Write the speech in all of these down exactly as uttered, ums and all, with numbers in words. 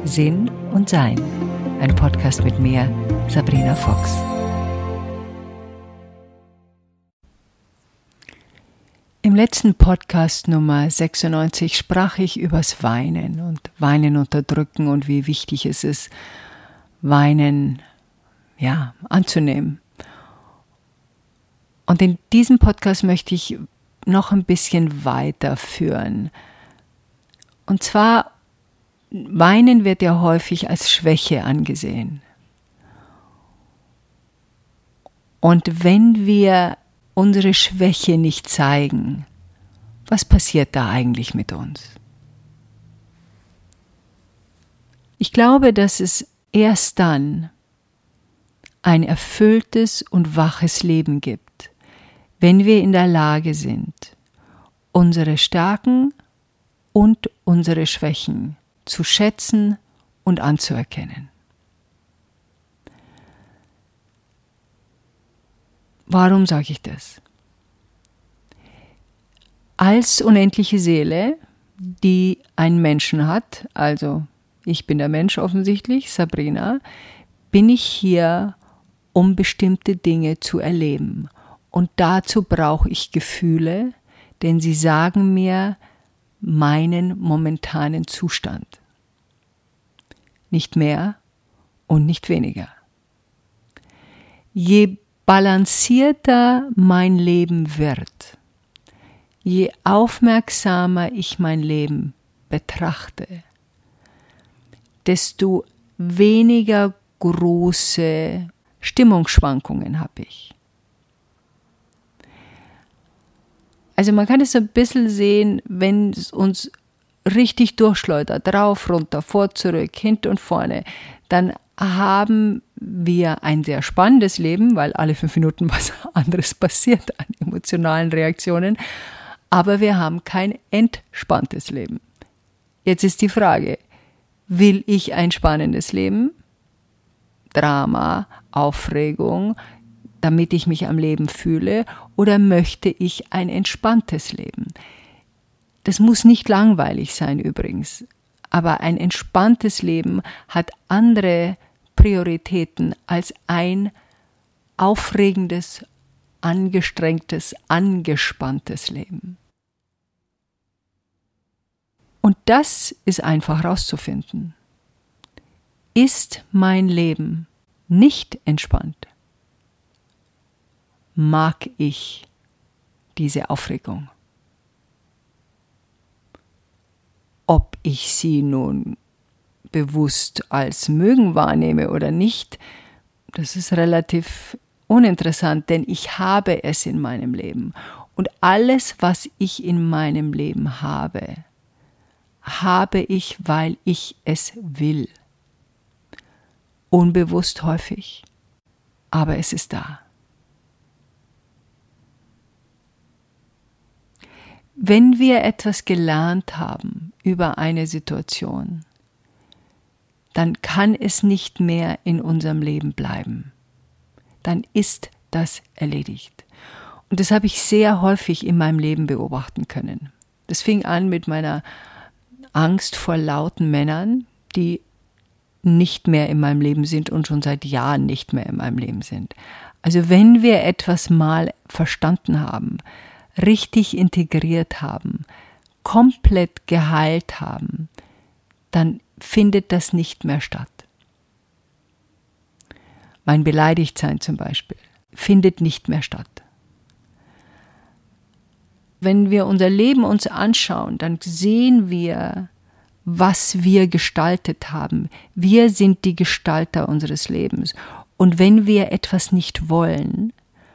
Sinn und Sein. Ein Podcast mit mir, Sabrina Fox. Im letzten Podcast Nummer sechsundneunzig sprach ich übers Weinen und Weinen unterdrücken und wie wichtig es ist, Weinen ja, anzunehmen. Und in diesem Podcast möchte ich noch ein bisschen weiterführen. Und zwar, Weinen wird ja häufig als Schwäche angesehen. Und wenn wir unsere Schwäche nicht zeigen, was passiert da eigentlich mit uns? Ich glaube, dass es erst dann ein erfülltes und waches Leben gibt, wenn wir in der Lage sind, unsere Stärken und unsere Schwächen zu schätzen und anzuerkennen. Warum sage ich das? Als unendliche Seele, die einen Menschen hat, also ich bin der Mensch offensichtlich, Sabrina, bin ich hier, um bestimmte Dinge zu erleben. Und dazu brauche ich Gefühle, denn sie sagen mir meinen momentanen Zustand. Nicht mehr und nicht weniger. Je balancierter mein Leben wird, je aufmerksamer ich mein Leben betrachte, desto weniger große Stimmungsschwankungen habe ich. Also man kann es ein bisschen sehen, wenn es uns richtig durchschleudert, drauf, runter, vor, zurück, hinten und vorne, dann haben wir ein sehr spannendes Leben, weil alle fünf Minuten was anderes passiert an emotionalen Reaktionen, aber wir haben kein entspanntes Leben. Jetzt ist die Frage, will ich ein spannendes Leben? Drama, Aufregung, damit ich mich am Leben fühle, oder möchte ich ein entspanntes Leben? Das muss nicht langweilig sein übrigens, aber ein entspanntes Leben hat andere Prioritäten als ein aufregendes, angestrengtes, angespanntes Leben. Und das ist einfach herauszufinden. Ist mein Leben nicht entspannt? Mag ich diese Aufregung? Ob ich sie nun bewusst als mögen wahrnehme oder nicht, das ist relativ uninteressant, denn ich habe es in meinem Leben. Und alles, was ich in meinem Leben habe, habe ich, weil ich es will. Unbewusst häufig, aber es ist da. Wenn wir etwas gelernt haben über eine Situation, dann kann es nicht mehr in unserem Leben bleiben. Dann ist das erledigt. Und das habe ich sehr häufig in meinem Leben beobachten können. Das fing an mit meiner Angst vor lauten Männern, die nicht mehr in meinem Leben sind und schon seit Jahren nicht mehr in meinem Leben sind. Also wenn wir etwas mal verstanden haben, richtig integriert haben, komplett geheilt haben, dann findet das nicht mehr statt. Mein Beleidigtsein zum Beispiel findet nicht mehr statt. Wenn wir unser Leben uns anschauen, dann sehen wir, was wir gestaltet haben. Wir sind die Gestalter unseres Lebens. Und wenn wir etwas nicht wollen,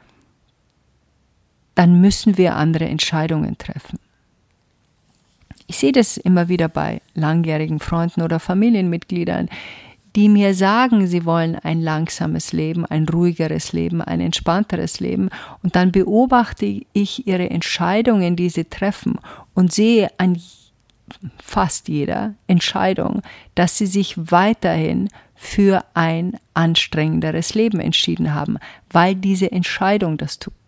dann müssen wir andere Entscheidungen treffen. Ich sehe das immer wieder bei langjährigen Freunden oder Familienmitgliedern, die mir sagen, sie wollen ein langsames Leben, ein ruhigeres Leben, ein entspannteres Leben. Und dann beobachte ich ihre Entscheidungen, die sie treffen, und sehe an fast jeder Entscheidung, dass sie sich weiterhin für ein anstrengenderes Leben entschieden haben, weil diese Entscheidung das tut.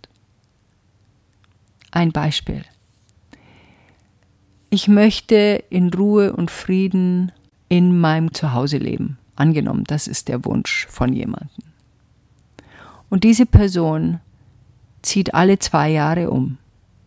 Ein Beispiel. Ich möchte in Ruhe und Frieden in meinem Zuhause leben. Angenommen, das ist der Wunsch von jemandem. Und diese Person zieht alle zwei Jahre um,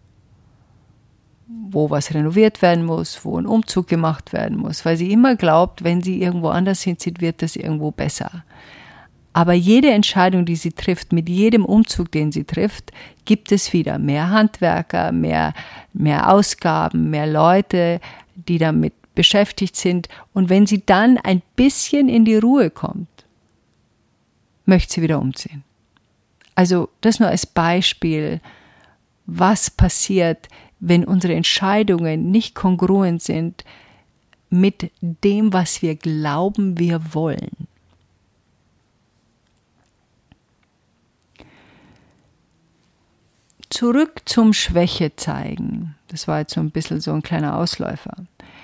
wo was renoviert werden muss, wo ein Umzug gemacht werden muss, weil sie immer glaubt, wenn sie irgendwo anders hinzieht, wird das irgendwo besser. Aber jede Entscheidung, die sie trifft, mit jedem Umzug, den sie trifft, gibt es wieder mehr Handwerker, mehr, mehr Ausgaben, mehr Leute, die damit beschäftigt sind. Und wenn sie dann ein bisschen in die Ruhe kommt, möchte sie wieder umziehen. Also das nur als Beispiel, was passiert, wenn unsere Entscheidungen nicht kongruent sind mit dem, was wir glauben, wir wollen. Zurück zum Schwäche zeigen. Das war jetzt so ein bisschen so ein kleiner Ausläufer.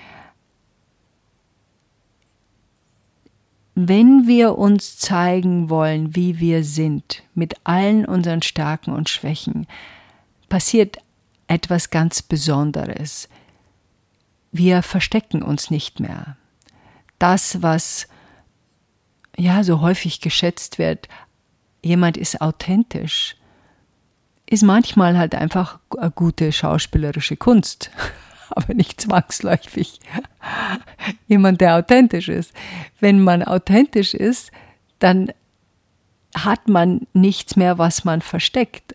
Wenn wir uns zeigen wollen, wie wir sind, mit allen unseren Stärken und Schwächen, passiert etwas ganz Besonderes. Wir verstecken uns nicht mehr. Das, was ja so häufig geschätzt wird, jemand ist authentisch, ist manchmal halt einfach eine gute schauspielerische Kunst, aber nicht zwangsläufig jemand, der authentisch ist. Wenn man authentisch ist, dann hat man nichts mehr, was man versteckt.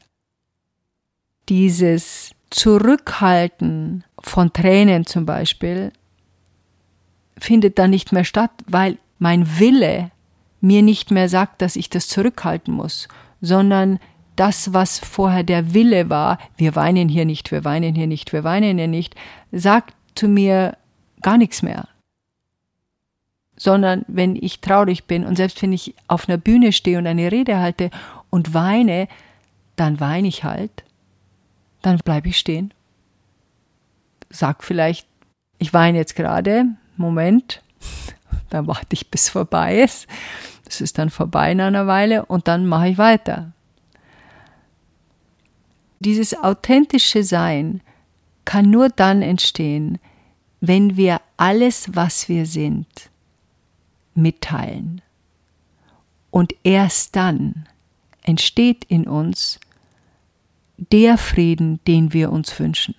Dieses Zurückhalten von Tränen zum Beispiel findet dann nicht mehr statt, weil mein Wille mir nicht mehr sagt, dass ich das zurückhalten muss, sondern das, was vorher der Wille war, wir weinen hier nicht, wir weinen hier nicht, wir weinen hier nicht, sagt zu mir gar nichts mehr. Sondern wenn ich traurig bin und selbst wenn ich auf einer Bühne stehe und eine Rede halte und weine, dann weine ich halt, dann bleibe ich stehen. Sag vielleicht, ich weine jetzt gerade, Moment, dann warte ich, bis es vorbei ist. Das ist dann vorbei in einer Weile und dann mache ich weiter. Dieses authentische Sein kann nur dann entstehen, wenn wir alles, was wir sind, mitteilen. Und erst dann entsteht in uns der Frieden, den wir uns wünschen.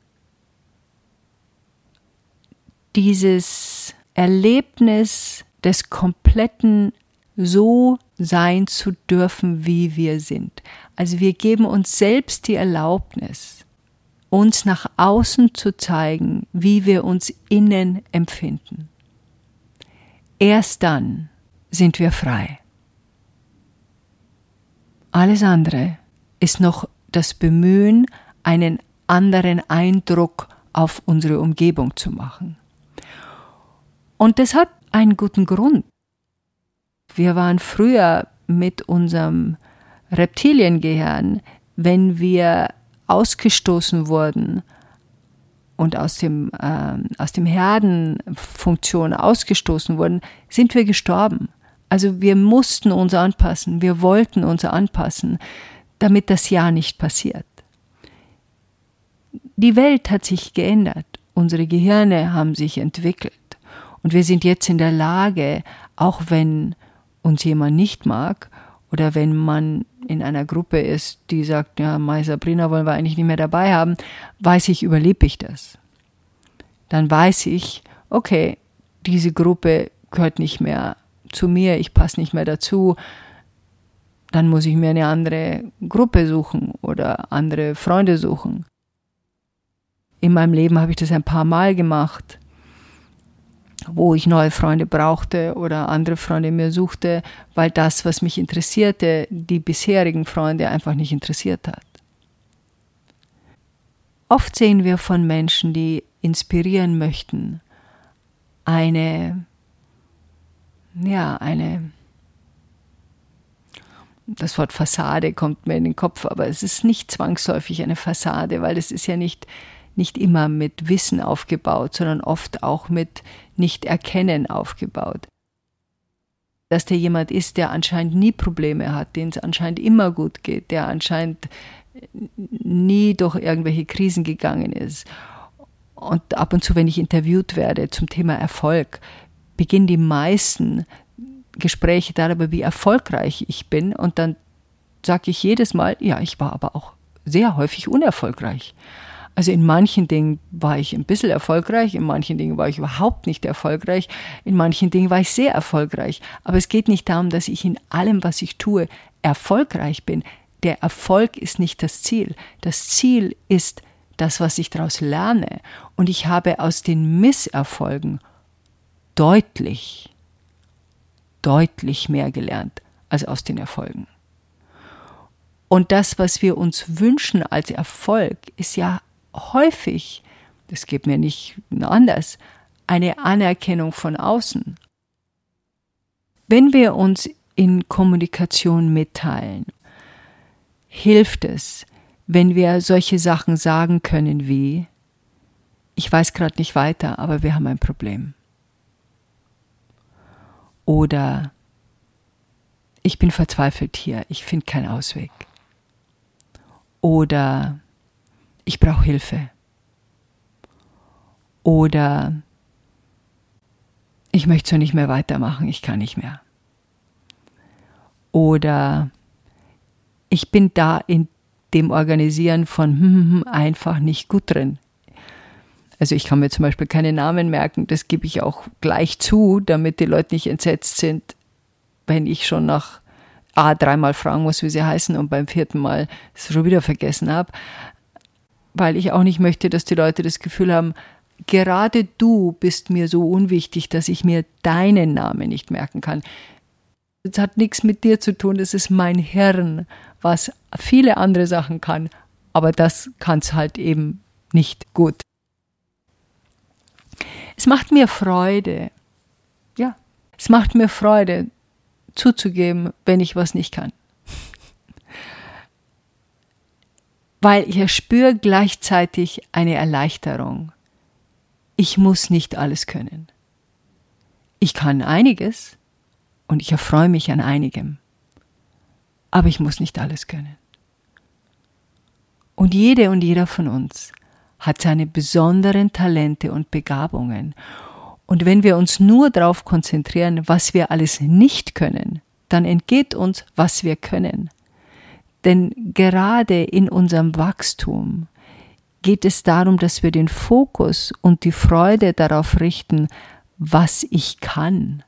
Dieses Erlebnis des kompletten so sein zu dürfen, wie wir sind. Also wir geben uns selbst die Erlaubnis, uns nach außen zu zeigen, wie wir uns innen empfinden. Erst dann sind wir frei. Alles andere ist noch das Bemühen, einen anderen Eindruck auf unsere Umgebung zu machen. Und das hat einen guten Grund. Wir waren früher mit unserem Reptiliengehirn, wenn wir ausgestoßen wurden und aus dem, äh, aus dem Herdenfunktion ausgestoßen wurden, sind wir gestorben. Also wir mussten uns anpassen, wir wollten uns anpassen, damit das ja nicht passiert. Die Welt hat sich geändert, unsere Gehirne haben sich entwickelt und wir sind jetzt in der Lage, auch wenn uns jemand nicht mag oder wenn man in einer Gruppe ist, die sagt, ja, Mai Sabrina wollen wir eigentlich nicht mehr dabei haben, weiß ich, überlebe ich das. Dann weiß ich, okay, diese Gruppe gehört nicht mehr zu mir, ich passe nicht mehr dazu, dann muss ich mir eine andere Gruppe suchen oder andere Freunde suchen. In meinem Leben habe ich das ein paar Mal gemacht, wo ich neue Freunde brauchte oder andere Freunde mir suchte, weil das, was mich interessierte, die bisherigen Freunde einfach nicht interessiert hat. Oft sehen wir von Menschen, die inspirieren möchten, eine, ja, eine, das Wort Fassade kommt mir in den Kopf, aber es ist nicht zwangsläufig eine Fassade, weil es ist ja nicht nicht immer mit Wissen aufgebaut, sondern oft auch mit Nicht-Erkennen aufgebaut. Dass der jemand ist, der anscheinend nie Probleme hat, dem es anscheinend immer gut geht, der anscheinend nie durch irgendwelche Krisen gegangen ist. Und ab und zu, wenn ich interviewt werde zum Thema Erfolg, beginnen die meisten Gespräche darüber, wie erfolgreich ich bin. Und dann sage ich jedes Mal, ja, ich war aber auch sehr häufig unerfolgreich. Also in manchen Dingen war ich ein bisschen erfolgreich, in manchen Dingen war ich überhaupt nicht erfolgreich, in manchen Dingen war ich sehr erfolgreich. Aber es geht nicht darum, dass ich in allem, was ich tue, erfolgreich bin. Der Erfolg ist nicht das Ziel. Das Ziel ist das, was ich daraus lerne. Und ich habe aus den Misserfolgen deutlich, deutlich mehr gelernt als aus den Erfolgen. Und das, was wir uns wünschen als Erfolg, ist ja häufig, das geht mir nicht anders, eine Anerkennung von außen. Wenn wir uns in Kommunikation mitteilen, hilft es, wenn wir solche Sachen sagen können wie, ich weiß gerade nicht weiter, aber wir haben ein Problem. Oder ich bin verzweifelt hier, ich finde keinen Ausweg. Oder ich brauche Hilfe. Oder ich möchte so nicht mehr weitermachen, ich kann nicht mehr. Oder ich bin da in dem Organisieren von hm, hm, hm, einfach nicht gut drin. Also ich kann mir zum Beispiel keine Namen merken, das gebe ich auch gleich zu, damit die Leute nicht entsetzt sind, wenn ich schon nach A, dreimal fragen muss, wie sie heißen und beim vierten Mal es schon wieder vergessen habe. Weil ich auch nicht möchte, dass die Leute das Gefühl haben, gerade du bist mir so unwichtig, dass ich mir deinen Namen nicht merken kann. Das hat nichts mit dir zu tun, das ist mein Hirn, was viele andere Sachen kann, aber das kann es halt eben nicht gut. Es macht mir Freude, ja, es macht mir Freude, zuzugeben, wenn ich was nicht kann. Weil ich spüre gleichzeitig eine Erleichterung. Ich muss nicht alles können. Ich kann einiges und ich erfreue mich an einigem. Aber ich muss nicht alles können. Und jede und jeder von uns hat seine besonderen Talente und Begabungen. Und wenn wir uns nur darauf konzentrieren, was wir alles nicht können, dann entgeht uns, was wir können. Denn gerade in unserem Wachstum geht es darum, dass wir den Fokus und die Freude darauf richten, was ich kann.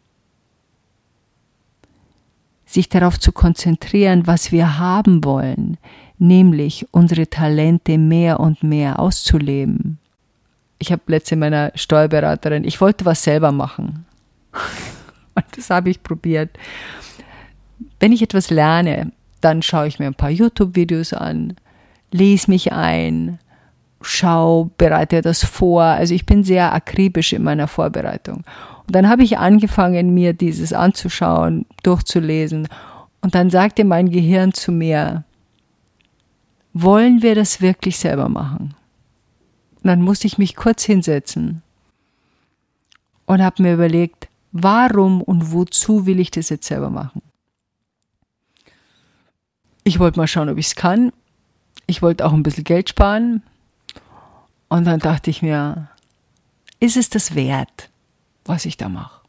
Sich darauf zu konzentrieren, was wir haben wollen, nämlich unsere Talente mehr und mehr auszuleben. Ich habe letztens meiner Steuerberaterin, ich wollte was selber machen. Und das habe ich probiert. Wenn ich etwas lerne, dann schaue ich mir ein paar YouTube-Videos an, lese mich ein, schaue, bereite das vor. Also ich bin sehr akribisch in meiner Vorbereitung. Und dann habe ich angefangen, mir dieses anzuschauen, durchzulesen. Und dann sagte mein Gehirn zu mir, wollen wir das wirklich selber machen? Und dann musste ich mich kurz hinsetzen und habe mir überlegt, warum und wozu will ich das jetzt selber machen? Ich wollte mal schauen, ob ich es kann. Ich wollte auch ein bisschen Geld sparen. Und dann dachte ich mir, ist es das wert, was ich da mache?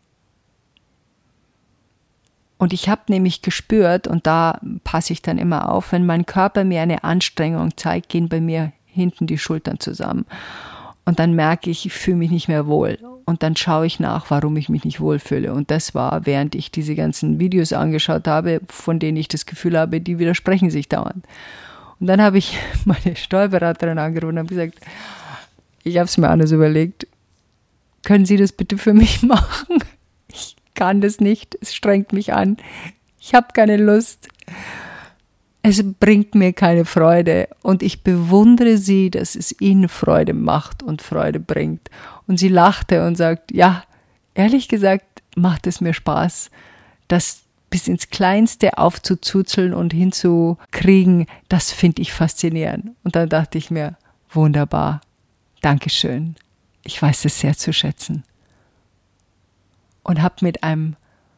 Und ich habe nämlich gespürt, und da passe ich dann immer auf, wenn mein Körper mir eine Anstrengung zeigt, gehen bei mir hinten die Schultern zusammen. Und dann merke ich, ich fühle mich nicht mehr wohl. Und dann schaue ich nach, warum ich mich nicht wohlfühle. Und das war, während ich diese ganzen Videos angeschaut habe, von denen ich das Gefühl habe, die widersprechen sich dauernd. Und dann habe ich meine Steuerberaterin angerufen und habe gesagt, ich habe es mir anders überlegt. Können Sie das bitte für mich machen? Ich kann das nicht. Es strengt mich an. Ich habe keine Lust. Es bringt mir keine Freude. Und ich bewundere Sie, dass es Ihnen Freude macht und Freude bringt. Und sie lachte und sagt, ja, ehrlich gesagt macht es mir Spaß, das bis ins Kleinste aufzuzuzeln und hinzukriegen. Das finde ich faszinierend. Und dann dachte ich mir, wunderbar. Dankeschön. Ich weiß es sehr zu schätzen. Und habe mit einem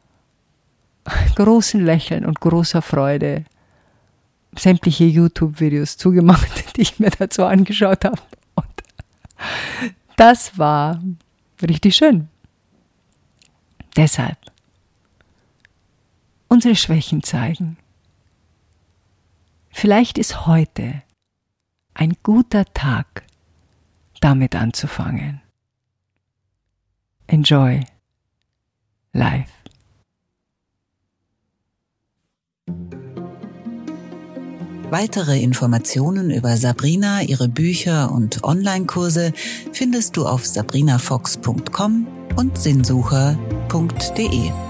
großen Lächeln und großer Freude sämtliche YouTube-Videos zugemacht, die ich mir dazu angeschaut habe. Und das war richtig schön. Deshalb unsere Schwächen zeigen. Vielleicht ist heute ein guter Tag, damit anzufangen. Enjoy life. Weitere Informationen über Sabrina, ihre Bücher und Online-Kurse findest du auf sabrina fox punkt com und sinnsucher punkt de.